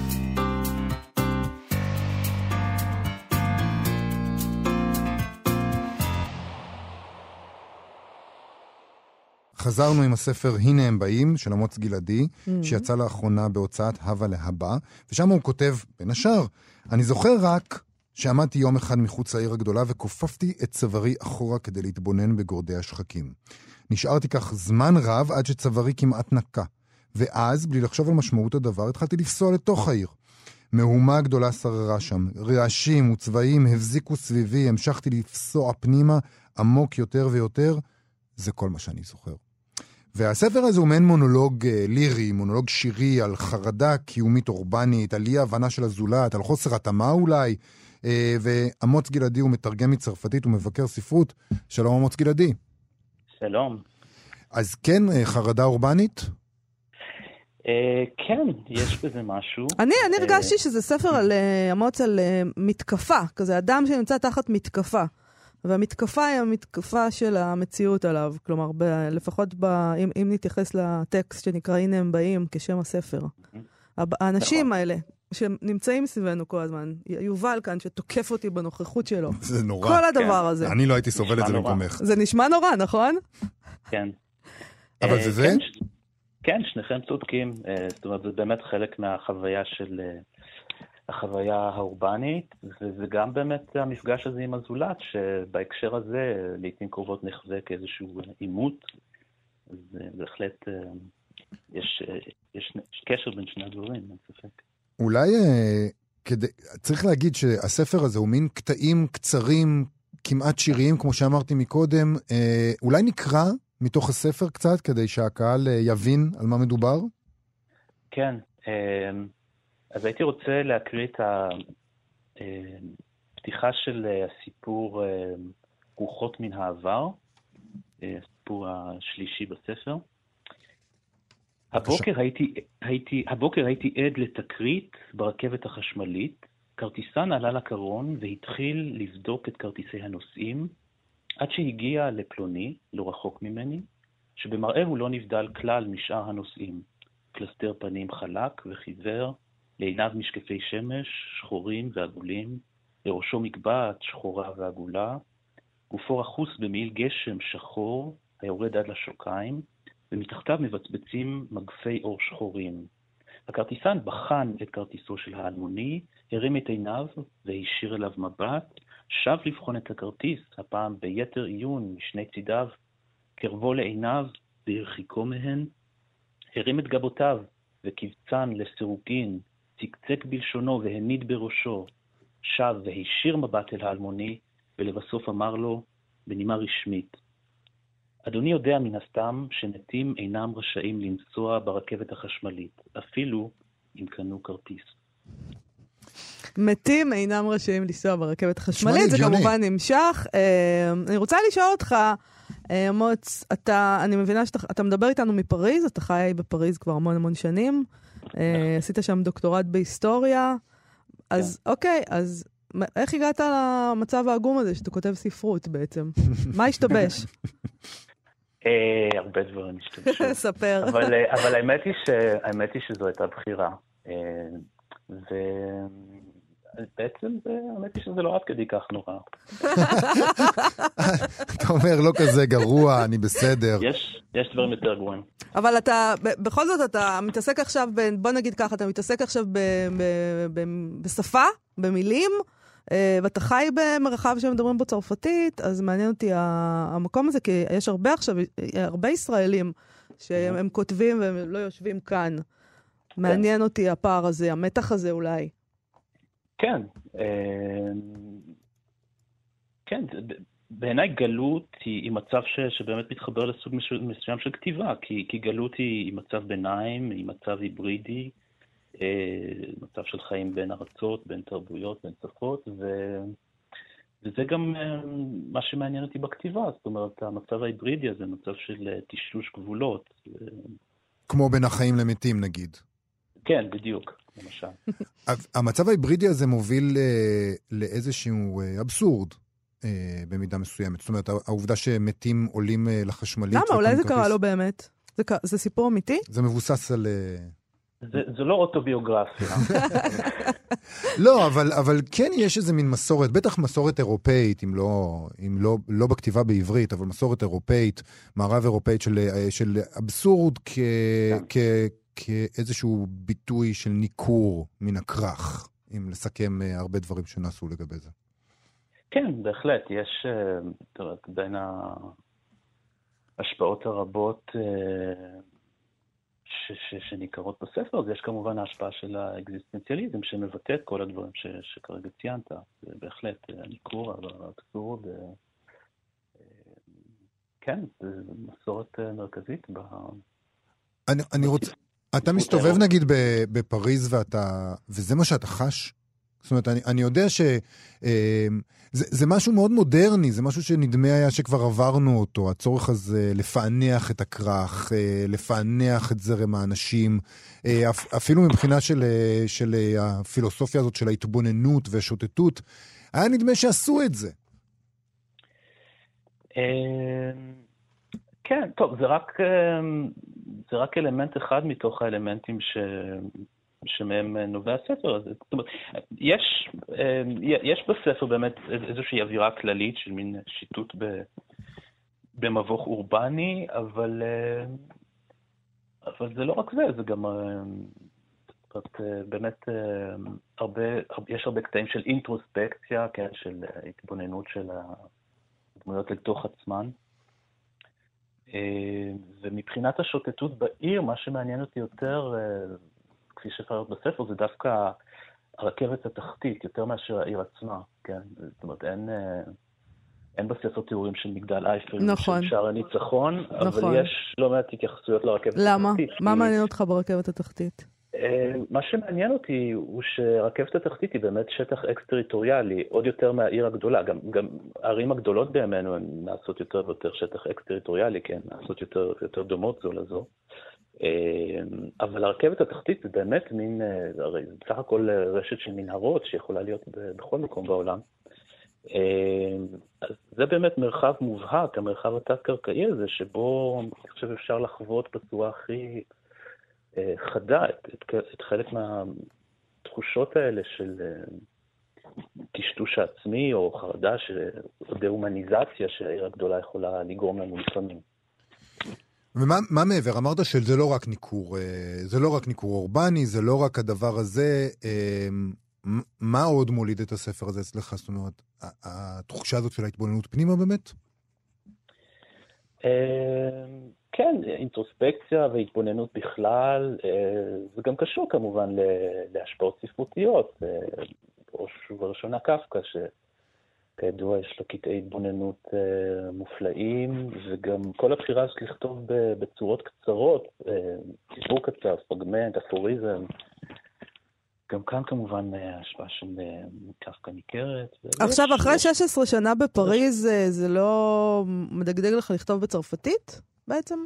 Speaker 4: חזרנו עם הספר הנה הם באים של אמוץ גלעדי, mm-hmm. שיצא לאחרונה בהוצאת הווה להבא, ושם הוא כותב בין השאר, אני זוכר רק שעמדתי יום אחד מחוץ לעיר הגדולה וכופפתי את צווארי אחורה כדי להתבונן בגורדי השחקים. נשארתי כך זמן רב עד שצווארי כמעט נקה, ואז בלי לחשוב על משמעות הדבר התחלתי לפסוע לתוך העיר. מהומה גדולה שררה שם, רעשים וצבעים הבזיקו סביבי, המשכתי לפסוע פנימה עמוק יותר ויותר, זה כל מה שאני זוכר. והספר הזה הוא מעין מונולוג לירי, מונולוג שירי על חרדה קיומית אורבנית, על אי ההבנה של הזולת, על חוסר התאמה אולי, ואמוץ גלעדי הוא מתרגם מצרפתית ומבקר ספרות. שלום אמוץ גלעדי.
Speaker 6: שלום.
Speaker 4: אז כן, חרדה אורבנית?
Speaker 6: כן, יש בזה משהו.
Speaker 3: אני אני הרגשתי שזה ספר על אמוץ על מתקפה, כזה אדם שנמצא תחת מתקפה. והמתקפה היא המתקפה של המציאות עליו, כלומר, ב- לפחות ב- אם, אם נתייחס לטקסט שנקרא הנה הם באים כשם הספר. האנשים האלה, שנמצאים סביבנו כל הזמן. יובל כאן שתוקף אותי בנוכחות שלו.
Speaker 4: זה נורא.
Speaker 3: כל הדבר הזה.
Speaker 4: אני לא הייתי סובל את זה במקומך.
Speaker 3: זה נשמע נורא, נכון?
Speaker 6: כן.
Speaker 4: אבל זה זה?
Speaker 6: כן, שניכם צודקים. זאת אומרת, זה באמת חלק מהחוויה של החוויה האורבנית, וזה גם באמת המפגש הזה עם הזולת, שבהקשר הזה לעתים קרובות נחווה כאיזשהו עימות. אז בהחלט יש, יש, יש קשר בין שני הדברים, אין ספק.
Speaker 4: אולי כדי, צריך להגיד שהספר הזה הוא מין קטעים קצרים, כמעט שיריים, כמו שאמרתי מקודם. אולי נקרא מתוך הספר קצת, כדי שהקהל יבין על מה מדובר?
Speaker 6: כן. אז הייתי רוצה להקריא את הפתיחה של הסיפור רוחות מן העבר, הסיפור השלישי בספר. הבוקר הייתי, הייתי, הבוקר הייתי עד לתקרית ברכבת החשמלית. כרטיסן עלה לקרון והתחיל לבדוק את כרטיסי הנוסעים, עד שהגיע לפלוני, לא רחוק ממני, שבמראה הוא לא נבדל כלל משאר הנוסעים. פלסטר פנים חלק וחיוור, לעיניו משקפי שמש, שחורים ועגולים, לראשו מקבעת שחורה ועגולה, גופו רחוס במעיל גשם שחור, היורד עד לשוקיים, ומתחתיו מבצבצים מגפי אור שחורים. הכרטיסן בחן את כרטיסו של האלמוני, הרים את עיניו והישיר אליו מבט, שב לבחון את הכרטיס, הפעם ביתר עיון משני צידיו, קרבו לעיניו והרחיקו מהן, הרים את גבותיו וקבצן לסירוגין, צקצק בלשונו והניד בראשו, שב והישיר מבט אל האלמוני, ולבסוף אמר לו בנימה רשמית, אדוני יודע מן הסתם שנתים אינם רשאים לנסוע ברכבת החשמלית, אפילו אם קנו כרטיס.
Speaker 3: מתים אינם רשאים לנסוע ברכבת החשמלית, זה כמובן נמשך. אני רוצה לשאול אותך, מוץ, אתה, אני מבינה שאתה מדבר איתנו מפריז, אתה חי בפריז כבר המון המון שנים, עשית שם דוקטורט בהיסטוריה, אז אוקיי, אז איך הגעת למצב העגום הזה שאתה כותב ספרות בעצם? מה השתבש?
Speaker 6: הרבה דברים השתבשו.
Speaker 3: ספר.
Speaker 6: אבל האמת היא שזו הייתה בחירה. ובעצם האמת היא שזה לא עד כדי כך נורא.
Speaker 4: אתה אומר, לא כזה גרוע, אני בסדר.
Speaker 6: יש דברים יותר גרועים. אבל
Speaker 3: אתה, בכל זאת אתה מתעסק עכשיו, בוא נגיד ככה, אתה מתעסק עכשיו בשפה, במילים, ואתה חי במרחב שמדברים בו צרפתית, אז מעניין אותי המקום הזה, כי יש הרבה עכשיו, הרבה ישראלים שהם כותבים והם לא יושבים כאן. מעניין אותי הפער הזה, המתח הזה אולי.
Speaker 6: כן. כן, בעיניי גלות היא מצב שבאמת מתחבר לסוג מסוים של כתיבה, כי גלות היא מצב ביניים, היא מצב היברידי, מצב של חיים בין ארצות, בין תרבויות, בין שפות, וזה גם מה שמעניין אותי בכתיבה. זאת אומרת, המצב ההיברידי הזה, מצב של תשלוש גבולות.
Speaker 4: כמו בין החיים למתים, נגיד.
Speaker 6: כן, בדיוק, למשל.
Speaker 4: המצב ההיברידי הזה מוביל לאיזשהו אבסורד במידה מסוימת. זאת אומרת, העובדה שמתים עולים לחשמלית.
Speaker 3: למה? אולי זה קרה לו באמת? זה סיפור אמיתי?
Speaker 4: זה מבוסס על...
Speaker 6: זה לא אוטוביוגרפיה.
Speaker 4: לא, אבל כן יש איזה מין מסורת, בטח מסורת אירופאית, אם לא בכתיבה בעברית, אבל מסורת אירופאית, מערב אירופאית של אבסורד כאיזשהו ביטוי של ניכור מן הכרך, אם לסכם הרבה דברים שנעשו לגבי זה.
Speaker 6: כן, בהחלט. יש בין ההשפעות הרבות שניכרות בספר, אז יש כמובן ההשפעה של האקזיסטנציאליזם שמבטא את כל הדברים שכרגע ציינת. בהחלט, הניכור, האבסורד, כן, זה מסורת מרכזית.
Speaker 4: אני רוצה, אתה מסתובב נגיד בפריז ואתה, וזה מה שאתה חש? זאת אומרת, אני, אני יודע שזה זה משהו מאוד מודרני, זה משהו שנדמה היה שכבר עברנו אותו, הצורך הזה לפענח את הכרך, לפענח את זרם האנשים, אפילו מבחינה של, של הפילוסופיה הזאת של ההתבוננות והשוטטות, היה נדמה שעשו את זה.
Speaker 6: כן, טוב, זה רק, זה רק אלמנט אחד מתוך האלמנטים ש... שמהם נובע הספר הזה. זאת אומרת, יש, יש בספר באמת איזושהי אווירה כללית של מין שיטוט במבוך אורבני, אבל, אבל זה לא רק זה, זה גם באמת הרבה, יש הרבה קטעים של אינטרוספקציה, כן, של התבוננות של הדמויות לתוך עצמן. ומבחינת השוטטות בעיר, מה שמעניין אותי יותר, כפי שאפשר בספר, זה דווקא הרכבת התחתית, יותר מאשר העיר עצמה, כן? זאת אומרת, אין, אין בספר תיאורים של מגדל אייפל,
Speaker 3: נכון.
Speaker 6: של שער הניצחון,
Speaker 3: נכון.
Speaker 6: אבל יש לא מעט התייחסויות לרכבת
Speaker 3: למה?
Speaker 6: התחתית.
Speaker 3: למה? מה מעניין אותך ברכבת התחתית?
Speaker 6: מה שמעניין אותי הוא שרכבת התחתית היא באמת שטח אקס-טריטוריאלי, עוד יותר מהעיר הגדולה. גם, גם הערים הגדולות בימינו הן נעשות יותר ויותר שטח אקס-טריטוריאלי, כן, נעשות יותר, יותר דומות זו לזו. אבל הרכבת התחתית זה באמת מין, הרי זה בסך הכל רשת של מנהרות שיכולה להיות בכל מקום בעולם. אז זה באמת מרחב מובהק, המרחב התת-קרקעי הזה, שבו אני חושב אפשר לחוות בצורה הכי חדה את, את, את חלק מהתחושות האלה של טשטוש העצמי או חרדה או דה-הומניזציה שהעיר הגדולה יכולה לגרום לנו לפעמים.
Speaker 4: ומה מה מעבר? אמרת שזה לא רק ניכור, זה לא רק ניכור אורבני, זה לא רק הדבר הזה. מה עוד מוליד את הספר הזה אצלך? זאת אומרת, התחושה הזאת של ההתבוננות פנימה באמת?
Speaker 6: כן, אינטרוספקציה והתבוננות בכלל, זה גם קשור כמובן להשפעות ספרותיות. בראש ובראשונה קפקא, שכידוע יש לו קטעי התבוננות מופלאים, וגם כל הבחירה הזאת לכתוב בצורות קצרות, סיפור קצר, פרגמנט, אפוריזם, גם כאן כמובן ההשפעה של קפקא ניכרת.
Speaker 3: עכשיו, אחרי שש עשרה שנה בפריז, זה לא מדגדג לך לכתוב בצרפתית בעצם?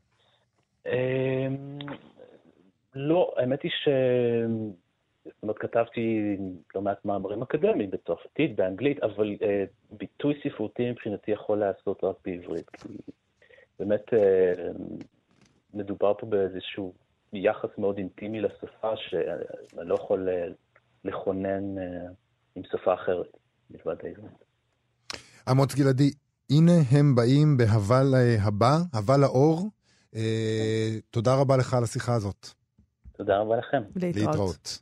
Speaker 6: לא, האמת היא ש... זאת אומרת, כתבתי לא מעט מאמרים אקדמיים בצרפתית, באנגלית, אבל ביטוי ספרותי מבחינתי יכול לעשות רק בעברית, כי באמת מדובר פה באיזשהו יחס מאוד אינטימי לשפה, שאני לא יכול לכונן עם שפה אחרת, מלבד העברית.
Speaker 4: אמוץ גלעדי, הנה הם באים בהבל הבא, הבל האור. תודה רבה לך על השיחה הזאת.
Speaker 6: תודה רבה לכם.
Speaker 4: להתראות.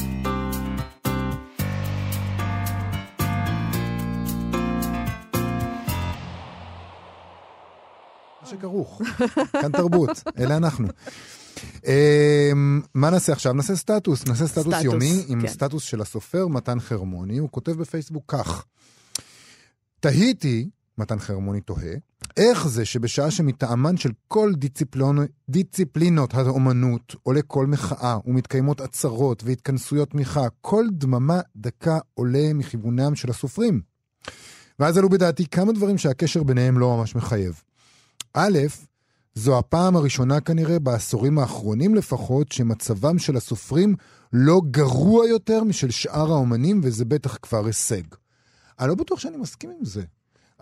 Speaker 4: מה שכרוך, כאן תרבות, אלה אנחנו. מה נעשה עכשיו? נעשה סטטוס, נעשה סטטוס יומי עם סטטוס של הסופר מתן חרמוני. הוא כותב בפייסבוק כך: תהיתי, מתן חרמוני תוהה, איך זה שבשעה שמטעמן של כל דיציפלינות האומנות עולה כל מחאה ומתקיימות עצרות והתכנסויות תמיכה, כל דממה דקה עולה מכיוונם של הסופרים. ואז עלו בדעתי כמה דברים שהקשר ביניהם לא ממש מחייב. א', זו הפעם הראשונה כנראה בעשורים האחרונים לפחות שמצבם של הסופרים לא גרוע יותר משל שאר האומנים, וזה בטח כבר הישג. אני לא בטוח שאני מסכים עם זה.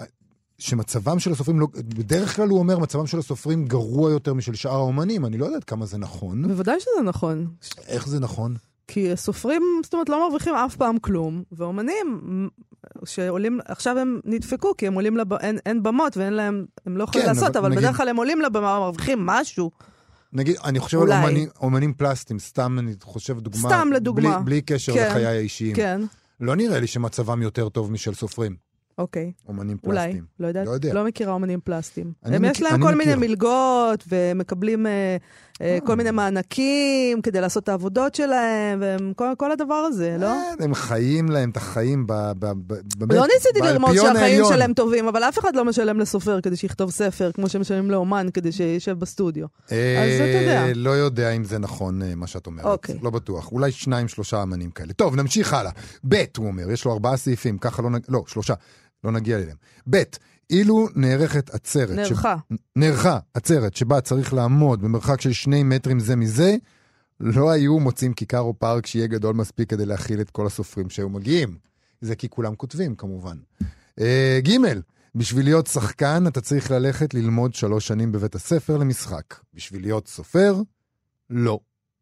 Speaker 4: שמצבם של הסופרים, לא, בדרך כלל הוא אומר, מצבם של הסופרים גרוע יותר משל שאר האומנים. אני לא יודעת כמה זה נכון.
Speaker 3: בוודאי שזה נכון.
Speaker 4: איך זה נכון?
Speaker 3: כי הסופרים, זאת אומרת, לא מרוויחים אף פעם כלום, ואומנים שעולים, עכשיו הם נדפקו, כי הם עולים, לב... אין, אין במות ואין להם, הם לא יכולים כן, לעשות, אבל, אבל נגיד... בדרך כלל הם עולים לבמה, מרוויחים משהו.
Speaker 4: נגיד, אני חושב אולי. על אומנים, אומנים פלסטיים, סתם אני חושב דוגמה,
Speaker 3: סתם לדוגמה.
Speaker 4: בלי, בלי קשר כן, לחיי האישיים.
Speaker 3: כן.
Speaker 4: לא נראה לי שמצבם יותר טוב משל סופרים.
Speaker 3: אוקיי.
Speaker 4: אומנים פלסטיים.
Speaker 3: אולי, לא יודעת.
Speaker 4: לא יודע.
Speaker 3: לא מכירה אומנים פלסטיים. הם מכיר, יש להם כל מכיר. מיני מלגות, ומקבלים אה, אה, כל מיני מענקים כדי לעשות את העבודות שלהם, וכל כל הדבר הזה, לא?
Speaker 4: הם חיים להם את החיים ב... ב, ב, ב
Speaker 3: לא ניסיתי לרמוז שהחיים שלהם טובים, אבל אף אחד לא משלם לסופר כדי שיכתוב ספר, כמו שמשלמים לאומן כדי שישב בסטודיו.
Speaker 4: אה, אז אתה יודע. לא יודע אם זה נכון מה שאת אומרת. אוקיי. לא בטוח. אולי שניים, שלושה אמנים כאלה. טוב, נמשיך הלאה. ב' הוא אומר, יש לו ארבעה סעיפים, ככה לא, לא, שלושה. לא נגיע אליהם. ב' אילו נערכת עצרת.
Speaker 3: נערכה.
Speaker 4: ש... נערכה עצרת שבה צריך לעמוד במרחק של שני מטרים זה מזה, לא היו מוצאים כיכר או פארק שיהיה גדול מספיק כדי להכיל את כל הסופרים שהיו מגיעים. זה כי כולם כותבים כמובן. אה, ג' בשביל להיות שחקן אתה צריך ללכת ללמוד שלוש שנים בבית הספר למשחק. בשביל להיות סופר, לא.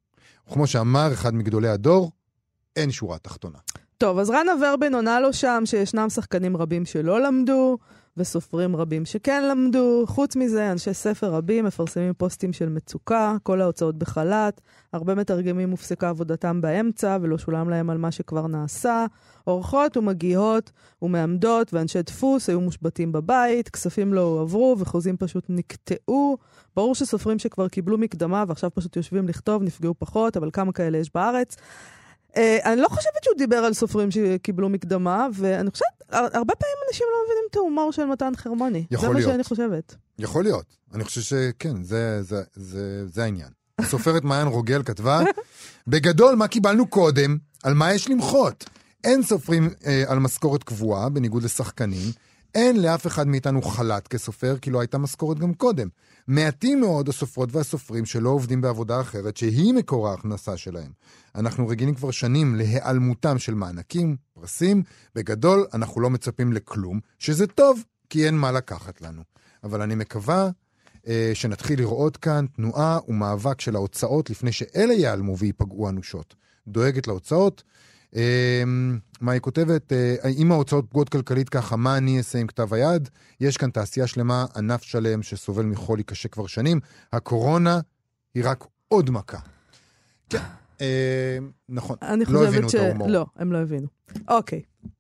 Speaker 4: וכמו שאמר אחד מגדולי הדור, אין שורה תחתונה.
Speaker 3: טוב, אז רנה ורבין עונה לו שם שישנם שחקנים רבים שלא למדו, וסופרים רבים שכן למדו. חוץ מזה, אנשי ספר רבים מפרסמים פוסטים של מצוקה, כל ההוצאות בחל"ת, הרבה מתרגמים הופסקה עבודתם באמצע, ולא שולם להם על מה שכבר נעשה. אורחות ומגיעות ומעמדות ואנשי דפוס היו מושבתים בבית, כספים לא הועברו וחוזים פשוט נקטעו. ברור שסופרים שכבר קיבלו מקדמה ועכשיו פשוט יושבים לכתוב, נפגעו פחות, אבל כמה כאלה יש בארץ. Uh, אני לא חושבת שהוא דיבר על סופרים שקיבלו מקדמה, ואני חושבת, הרבה פעמים אנשים לא מבינים את ההומור של מתן חרמוני.
Speaker 4: יכול
Speaker 3: זה
Speaker 4: להיות.
Speaker 3: מה שאני חושבת.
Speaker 4: יכול להיות. אני חושב שכן, זה, זה, זה, זה העניין. הסופרת מעיין רוגל כתבה, בגדול מה קיבלנו קודם, על מה יש למחות. אין סופרים אה, על משכורת קבועה, בניגוד לשחקנים. אין לאף אחד מאיתנו חל"ת כסופר, כי לא הייתה משכורת גם קודם. מעטים מאוד הסופרות והסופרים שלא עובדים בעבודה אחרת, שהיא מקור ההכנסה שלהם. אנחנו רגילים כבר שנים להיעלמותם של מענקים, פרסים. בגדול, אנחנו לא מצפים לכלום, שזה טוב, כי אין מה לקחת לנו. אבל אני מקווה אה, שנתחיל לראות כאן תנועה ומאבק של ההוצאות, לפני שאלה ייעלמו ויפגעו אנושות. דואגת להוצאות, מה היא כותבת? אם ההוצאות פגועות כלכלית ככה, מה אני אעשה עם כתב היד? יש כאן תעשייה שלמה, ענף שלם שסובל מחולי קשה כבר שנים. הקורונה היא רק עוד מכה. כן, נכון. לא הבינו את ההומור.
Speaker 3: לא, הם לא הבינו. אוקיי.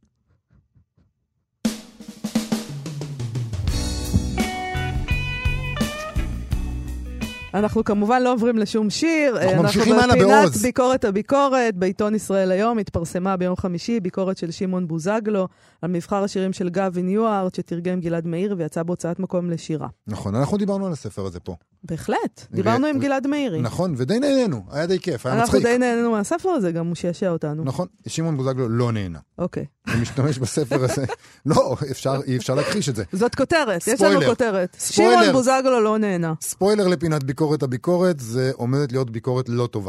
Speaker 3: אנחנו כמובן לא עוברים לשום שיר.
Speaker 4: אנחנו ממשיכים הלאה בעוז.
Speaker 3: אנחנו בפינת ביקורת הביקורת, בעיתון ישראל היום, התפרסמה ביום חמישי, ביקורת של שמעון בוזגלו, על מבחר השירים של גווין יוארט, שתרגם גלעד מאיר, ויצא בהוצאת מקום לשירה.
Speaker 4: נכון, אנחנו דיברנו על הספר הזה פה.
Speaker 3: בהחלט, דיברנו עם גלעד מאירי.
Speaker 4: נכון, ודי נהנינו, היה די כיף, היה מצחיק.
Speaker 3: אנחנו די נהנינו מהספר הזה, גם הוא שישע אותנו.
Speaker 4: נכון, שמעון בוזגלו לא נהנה.
Speaker 3: אוקיי.
Speaker 4: הוא משתמש בספר הזה. לא, אי אפשר להכחיש את זה.
Speaker 3: זאת כותרת, יש לנו כותרת. שמעון בוזגלו לא נהנה.
Speaker 4: ספוילר לפינת ביקורת הביקורת, זה עומדת להיות ביקורת לא טובה.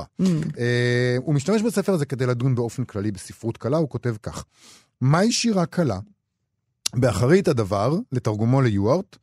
Speaker 4: הוא משתמש בספר הזה כדי לדון באופן כללי בספרות קלה, הוא כותב כך: מהי שירה קלה? באחרית הדבר, לתרגומו ליוארט,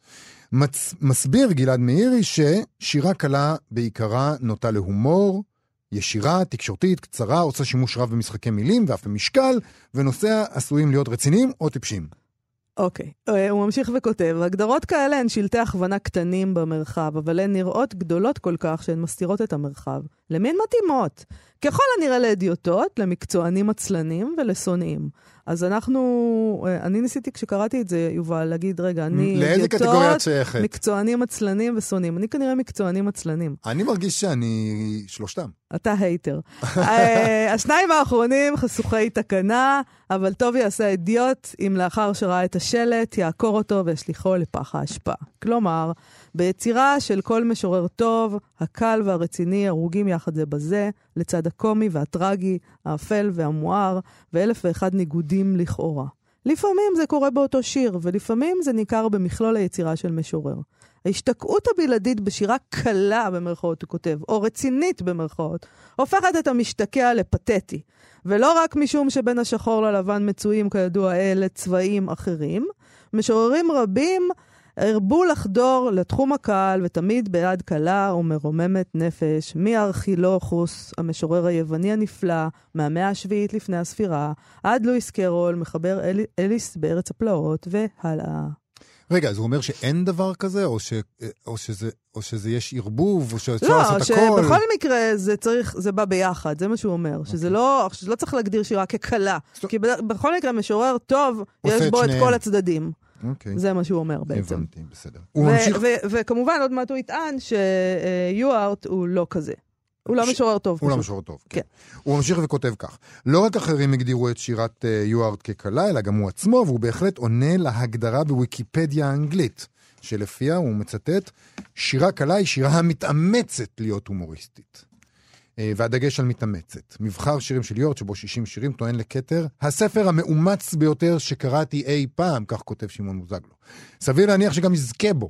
Speaker 4: מסביר גלעד מאירי ששירה קלה בעיקרה נוטה להומור, ישירה, תקשורתית, קצרה, עושה שימוש רב במשחקי מילים ואף במשקל, ונושא עשויים להיות רציניים או טיפשים.
Speaker 3: אוקיי, הוא ממשיך וכותב, הגדרות כאלה הן שלטי הכוונה קטנים במרחב, אבל הן נראות גדולות כל כך שהן מסתירות את המרחב. למי הן מתאימות? ככל הנראה לאדיוטות, למקצוענים עצלנים ולשונאים. אז אנחנו, אני ניסיתי כשקראתי את זה, יובל, להגיד, רגע, אני אדיוטות, מקצוענים עצלנים ושונאים. אני כנראה מקצוענים עצלנים.
Speaker 4: אני מרגיש שאני שלושתם.
Speaker 3: אתה הייטר. השניים האחרונים חסוכי תקנה, אבל טוב יעשה אידיוט אם לאחר שראה את השלט, יעקור אותו וישליחו לפח ההשפעה. כלומר, ביצירה של כל משורר טוב, הקל והרציני הרוגים יחד זה בזה, לצד הקומי והטרגי, האפל והמואר, ואלף ואחד ניגודים לכאורה. לפעמים זה קורה באותו שיר, ולפעמים זה ניכר במכלול היצירה של משורר. ההשתקעות הבלעדית בשירה קלה במרכאות, הוא כותב, או רצינית במרכאות, הופכת את המשתקע לפתטי. ולא רק משום שבין השחור ללבן מצויים כידוע אלה צבעים אחרים, משוררים רבים הרבו לחדור לתחום הקהל ותמיד ביד קלה ומרוממת נפש, מארכילוכוס, המשורר היווני הנפלא, מהמאה השביעית לפני הספירה, עד לואיס קרול, מחבר אל... אליס בארץ הפלאות, והלאה.
Speaker 4: רגע, אז הוא אומר שאין דבר כזה, או, ש... או, שזה... או שזה יש ערבוב, או שאפשר
Speaker 3: לא,
Speaker 4: לעשות הכל?
Speaker 3: לא, שבכל מקרה זה צריך, זה בא ביחד, זה מה שהוא אומר, okay. שזה לא, שזה לא צריך להגדיר שירה כקלה, so... כי בכל מקרה משורר טוב, יש בו שניהם. את כל הצדדים. Okay. זה מה שהוא אומר בעצם.
Speaker 4: הבנתי, בסדר.
Speaker 3: וכמובן, עוד מעט הוא יטען שיוארט הוא לא כזה. הוא לא משורר טוב.
Speaker 4: הוא לא משורר טוב, כן. הוא ממשיך וכותב כך: לא רק אחרים הגדירו את שירת יוארט כקלה, אלא גם הוא עצמו, והוא בהחלט עונה להגדרה בוויקיפדיה האנגלית, שלפיה הוא מצטט, שירה קלה היא שירה המתאמצת להיות הומוריסטית. והדגש על מתאמצת. מבחר שירים של יוארט, שבו שישים שירים, טוען לכתר, הספר המאומץ ביותר שקראתי אי פעם, כך כותב שמעון בוזגלו. סביר להניח שגם יזכה בו.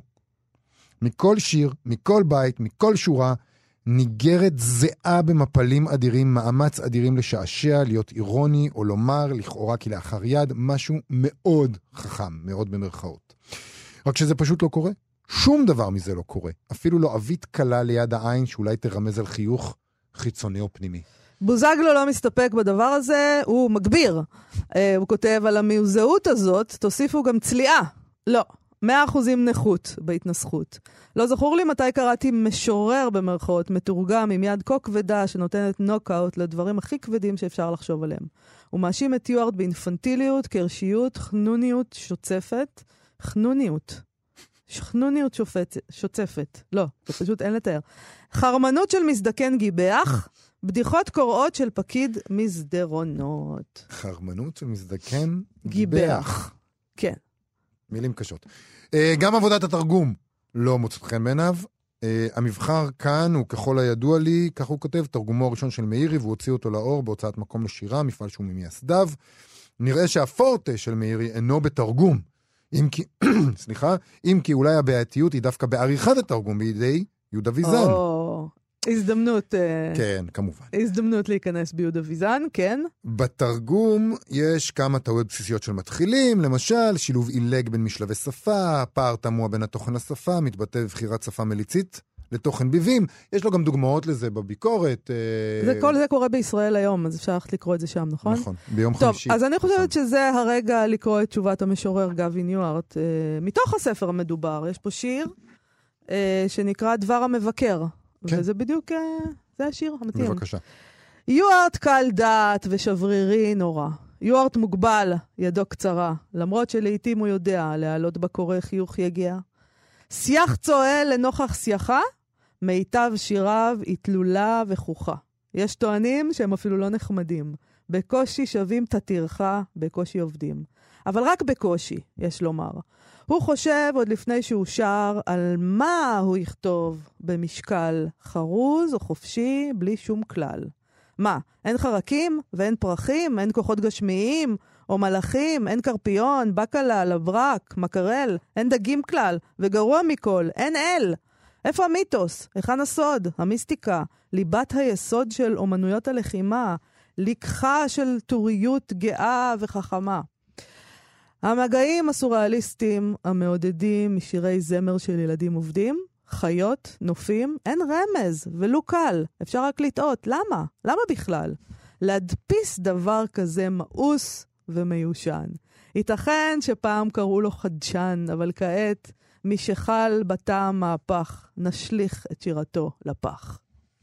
Speaker 4: מכל שיר, מכל בית, מכל שורה, ניגרת זהה במפלים אדירים, מאמץ אדירים לשעשע, להיות אירוני, או לומר, לכאורה כי לאחר יד, משהו מאוד חכם, מאוד במרכאות. רק שזה פשוט לא קורה. שום דבר מזה לא קורה. אפילו לא אבית קלה ליד העין, שאולי תרמז על חיוך, חיצוני או פנימי.
Speaker 3: בוזגלו לא מסתפק בדבר הזה, הוא מגביר. אה, הוא כותב על המיוזעות הזאת, תוסיפו גם צליעה. לא, מאה אחוזים נכות בהתנסחות. לא זכור לי מתי קראתי משורר במרכאות, מתורגם עם יד כה כבדה שנותנת נוקאוט לדברים הכי כבדים שאפשר לחשוב עליהם. הוא מאשים את יוארד באינפנטיליות, קרשיות, חנוניות שוצפת. חנוניות. חנוניות שופט, שוצפת. לא, זה פשוט אין לתאר. חרמנות של מזדקן גיבח, בדיחות קוראות של פקיד מסדרונות.
Speaker 4: חרמנות של מזדקן
Speaker 3: גיבח.
Speaker 4: גיבח.
Speaker 3: כן.
Speaker 4: מילים קשות. Uh, גם עבודת התרגום לא מוצאת חן בעיניו. Uh, המבחר כאן הוא ככל הידוע לי, כך הוא כותב, תרגומו הראשון של מאירי, והוא הוציא אותו לאור בהוצאת מקום לשירה, מפעל שהוא ממייסדיו. נראה שהפורטה של מאירי אינו בתרגום. אם כי, סליחה, אם כי אולי הבעייתיות היא דווקא בעריכת התרגום בידי יהודה ויזן.
Speaker 3: או, הזדמנות.
Speaker 4: כן, כמובן.
Speaker 3: הזדמנות להיכנס ביהודה ויזן, כן.
Speaker 4: בתרגום יש כמה טעויות בסיסיות של מתחילים, למשל, שילוב עילג בין משלבי שפה, פער תמוה בין התוכן לשפה, מתבטא בבחירת שפה מליצית לתוכן ביבים. יש לו גם דוגמאות לזה בביקורת.
Speaker 3: זה, כל זה קורה בישראל היום, אז אפשר ללכת לקרוא את זה שם, נכון?
Speaker 4: נכון, ביום
Speaker 3: טוב,
Speaker 4: חמישי.
Speaker 3: אז אני חושבת שזה הרגע לקרוא את תשובת המשורר גבי ניוארט. אה, מתוך הספר המדובר, יש פה שיר אה, שנקרא דבר המבקר.
Speaker 4: כן.
Speaker 3: וזה בדיוק, אה, זה השיר המתאים.
Speaker 4: בבקשה.
Speaker 3: יוארט קל דעת ושברירי נורא. יוארט מוגבל, ידו קצרה, למרות שלעיתים הוא יודע להעלות בקורא חיוך יגיע. שיח צועל לנוכח שיחה, מיטב שיריו התלולה וחוכה. יש טוענים שהם אפילו לא נחמדים. בקושי שווים את הטרחה, בקושי עובדים. אבל רק בקושי, יש לומר. הוא חושב עוד לפני שהוא שר על מה הוא יכתוב במשקל חרוז או חופשי בלי שום כלל. מה, אין חרקים ואין פרחים, אין כוחות גשמיים או מלאכים, אין קרפיון, בקלה, לברק, מקרל, אין דגים כלל, וגרוע מכל, אין אל. איפה המיתוס? היכן הסוד? המיסטיקה, ליבת היסוד של אומנויות הלחימה, לקחה של טוריות גאה וחכמה. המגעים הסוריאליסטיים המעודדים משירי זמר של ילדים עובדים, חיות, נופים, אין רמז ולא קל. אפשר רק לטעות. למה? למה בכלל? להדפיס דבר כזה מאוס ומיושן. ייתכן שפעם קראו לו חדשן, אבל כעת מי שחל בטעם מהפך, נשליך את שירתו לפח.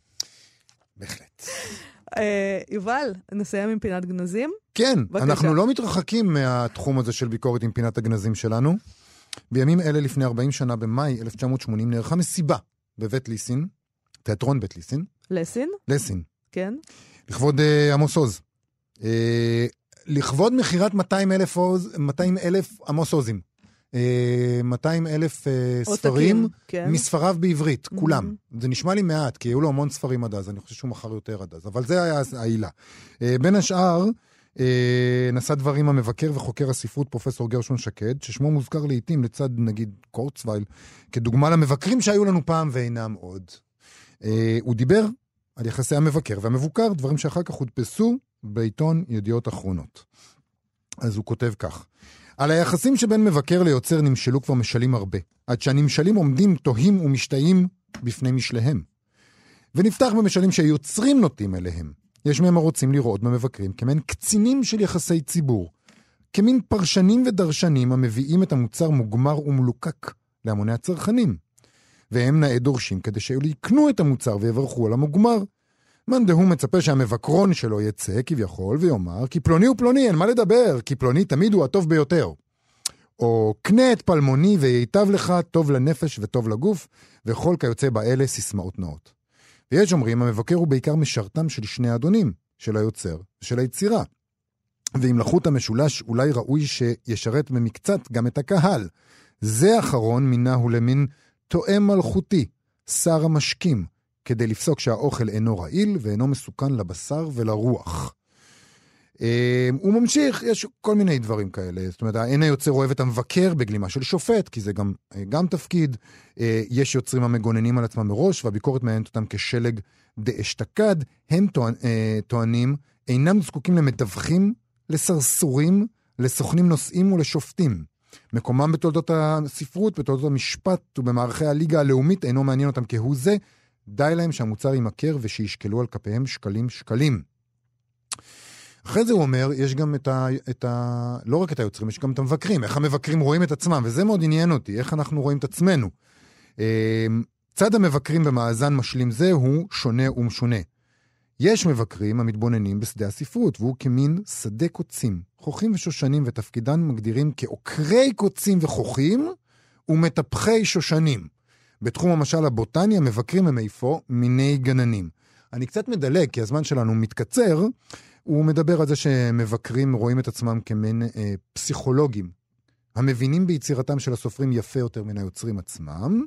Speaker 4: בהחלט.
Speaker 3: יובל, נסיים עם פינת גנזים?
Speaker 4: כן,
Speaker 3: בבקשה.
Speaker 4: אנחנו לא מתרחקים מהתחום הזה של ביקורת עם פינת הגנזים שלנו. בימים אלה לפני ארבעים שנה במאי אלף תשע מאות שמונים נערכה מסיבה בבית ליסין, תיאטרון בית ליסין.
Speaker 3: לסין?
Speaker 4: לסין.
Speaker 3: כן.
Speaker 4: לכבוד uh, עמוס עוז. Uh, לכבוד מחירת מאתיים אלף עמוס עוזים. Uh, מאתיים אלף uh, ספרים
Speaker 3: כן.
Speaker 4: מספריו בעברית,
Speaker 3: Mm-hmm.
Speaker 4: כולם. זה נשמע לי מעט, כי היו לו המון ספרים עד אז, אני חושב שהוא מחר יותר עד אז, אבל זה היה העילה. Uh, בין השאר, uh, נשא דברים המבקר וחוקר הספרות פרופסור גרשון שקד, ששמו מוזכר לעתים לצד נגיד קורצווייל, כדוגמה למבקרים שהיו לנו פעם ואינם עוד. Uh, הוא דיבר על יחסי המבקר והמבוקר, דברים שאחר כך הודפסו בעיתון ידיעות אחרונות. אז הוא כותב כך: על היחסים שבין מבקר ליוצר נמשלו כבר משלים הרבה, עד שהנמשלים עומדים תוהים ומשתאים בפני משליהם. ונפתח במשלים שהיוצרים נוטים אליהם. יש מהם הרוצים לראות במבקרים כמין קצינים של יחסי ציבור, כמין פרשנים ודרשנים המביאים את המוצר מוגמר ומלוקק להמוני הצרכנים. והם נאה דורשים כדי שאלו יקנו את המוצר ויברכו על המוגמר. מאן דהוא מצפה שהמבקרון שלו יצא כביכול ויאמר, כי פלוני הוא פלוני, אין מה לדבר, כי פלוני תמיד הוא הטוב ביותר. או קנה את פלמוני וייטב לך, טוב לנפש וטוב לגוף, וכל כיוצא באלה סיסמאות נאות. ויש אומרים, המבקר הוא בעיקר משרתם של שני האדונים, של היוצר ושל היצירה. ועם לחוט המשולש אולי ראוי שישרת במקצת גם את הקהל. זה האחרון מינה הוא למין תואם מלכותי, שר המשקים, כדי לפסוק שהאוכל אינו רעיל ואינו מסוכן לבשר ולרוח. הוא ממשיך, יש כל מיני דברים כאלה. זאת אומרת, אין היוצר אוהב את המבקר בגלימה של שופט, כי זה גם, גם תפקיד. יש יוצרים המגוננים על עצמם מראש, והביקורת מעניינת אותם כשלג דאשתקד. הם טוענ, טוענים, אינם זקוקים למתווכים, לסרסורים, לסוכנים נושאים ולשופטים. מקומם בתולדות הספרות, בתולדות המשפט ובמערכי הליגה הלאומית אינו מעניין אותם כהוא זה, די להם שהמוצר יימכר ושישקלו על כפיהם שקלים שקלים. אחרי זה הוא אומר, יש גם את ה, את ה... לא רק את היוצרים, יש גם את המבקרים. איך המבקרים רואים את עצמם, וזה מאוד עניין אותי, איך אנחנו רואים את עצמנו. צד המבקרים במאזן משלים זה הוא שונה ומשונה. יש מבקרים המתבוננים בשדה הספרות, והוא כמין שדה קוצים. חוכים ושושנים ותפקידן מגדירים כעוקרי קוצים וחוכים, ומטפחי שושנים. בתחום המשל הבוטני, המבקרים הם איפה מיני גננים. אני קצת מדלג, כי הזמן שלנו מתקצר, הוא מדבר על זה שמבקרים רואים את עצמם כמין אה, פסיכולוגים, המבינים ביצירתם של הסופרים יפה יותר מן היוצרים עצמם,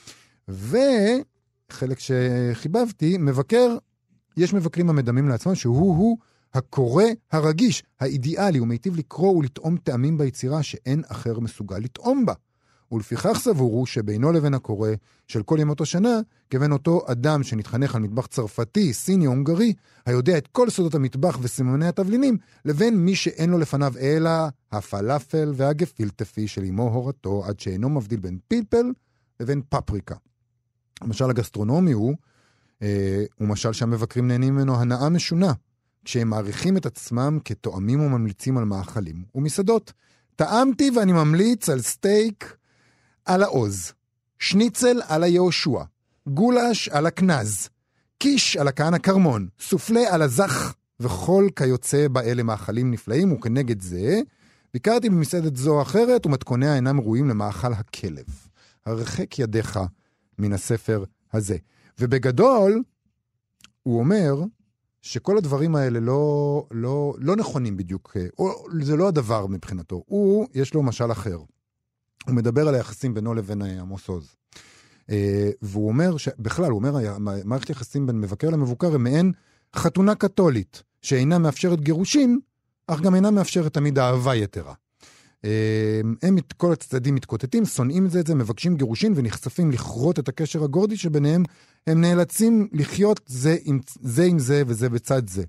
Speaker 4: וחלק שחיבבתי, מבקר, יש מבקרים המדמים לעצמם שהוא-הוא הקורא הרגיש, האידיאלי, הוא מיטיב לקרוא ולטעום טעמים ביצירה שאין אחר מסוגל לטעום בה. ולפיכך סבורו שבינו לבין הקורא של כל ימות השנה, כבין אותו אדם שנתחנך על מטבח צרפתי, סיני או הונגרי, היודע את כל סודות המטבח וסימני התבלינים, לבין מי שאין לו לפניו אלא הפלאפל והגפילטפי של אמו הורתו, עד שאינו מבדיל בין פלפל לבין פפריקה. המשל הגסטרונומי הוא, אה, הוא משל שהמבקרים נהנים ממנו הנאה משונה, כשהם מעריכים את עצמם כתואמים וממליצים על מאכלים ומסעדות. טעמתי ואני ממליץ על סטייק על העוז, שניצל על היהושע, גולש על הכנז, קיש על הכהן הקרמון, סופלה על הזך, וכל כיוצא באלה מאכלים נפלאים, וכנגד זה, ביקרתי במסעדת זו אחרת, ומתכוניה אינם ראויים למאכל הכלב. הרחק ידיך מן הספר הזה. ובגדול, הוא אומר, שכל הדברים האלה לא, לא, לא נכונים בדיוק, או זה לא הדבר מבחינתו. הוא, יש לו משל אחר. הוא מדבר על היחסים בינו לבין עמוס עוז. והוא אומר, בכלל, הוא אומר, מערכת יחסים בין מבקר למבוקר, הם מעין חתונה קתולית, שאינה מאפשרת גירושים, אך גם אינה מאפשרת תמיד אהבה יתרה. הם, כל הצדדים מתקוטטים, שונאים זה את זה, מבקשים גירושין ונחשפים לכרות את הקשר הגורדי שביניהם, הם נאלצים לחיות זה עם זה, עם זה וזה בצד זה.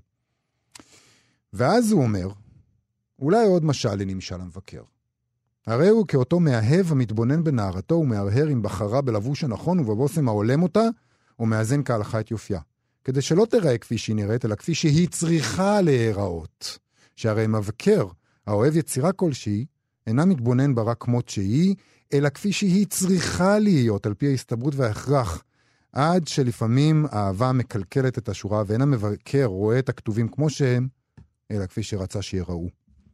Speaker 4: ואז הוא אומר, אולי עוד משל לנמשל המבקר. הרי הוא כאותו מאהב המתבונן בנערתו ומהרהר עם בחרה בלבוש הנכון ובבושם העולם אותה, ומאזן כהלכה את יופייה. כדי שלא תראה כפי שהיא נראית, אלא כפי שהיא צריכה להיראות. שהרי מבקר, האוהב יצירה כלשהי, אינה מתבונן בה רק כמות שהיא, אלא כפי שהיא צריכה להיות על פי ההסתברות וההכרח, עד שלפעמים האהבה מקלקלת את השורה, ואין המבקר רואה את הכתובים כמו שהם, אלא כפי שרצה שיראו.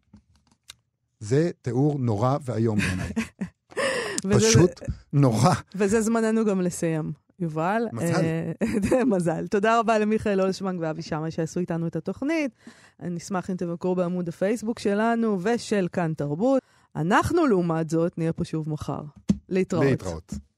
Speaker 4: זה תיאור נורא והיום בעיניי. פשוט נורא.
Speaker 3: וזה זמננו גם לסיים. יובל.
Speaker 4: מזל.
Speaker 3: מזל. תודה רבה למיכאל אולשמנג ואבי שמאי שעשו איתנו את התוכנית. נשמח אם תבקרו בעמוד הפייסבוק שלנו ושל כאן תרבות. אנחנו לעומת זאת נהיה פה שוב מחר. להתראות.
Speaker 4: להתראות.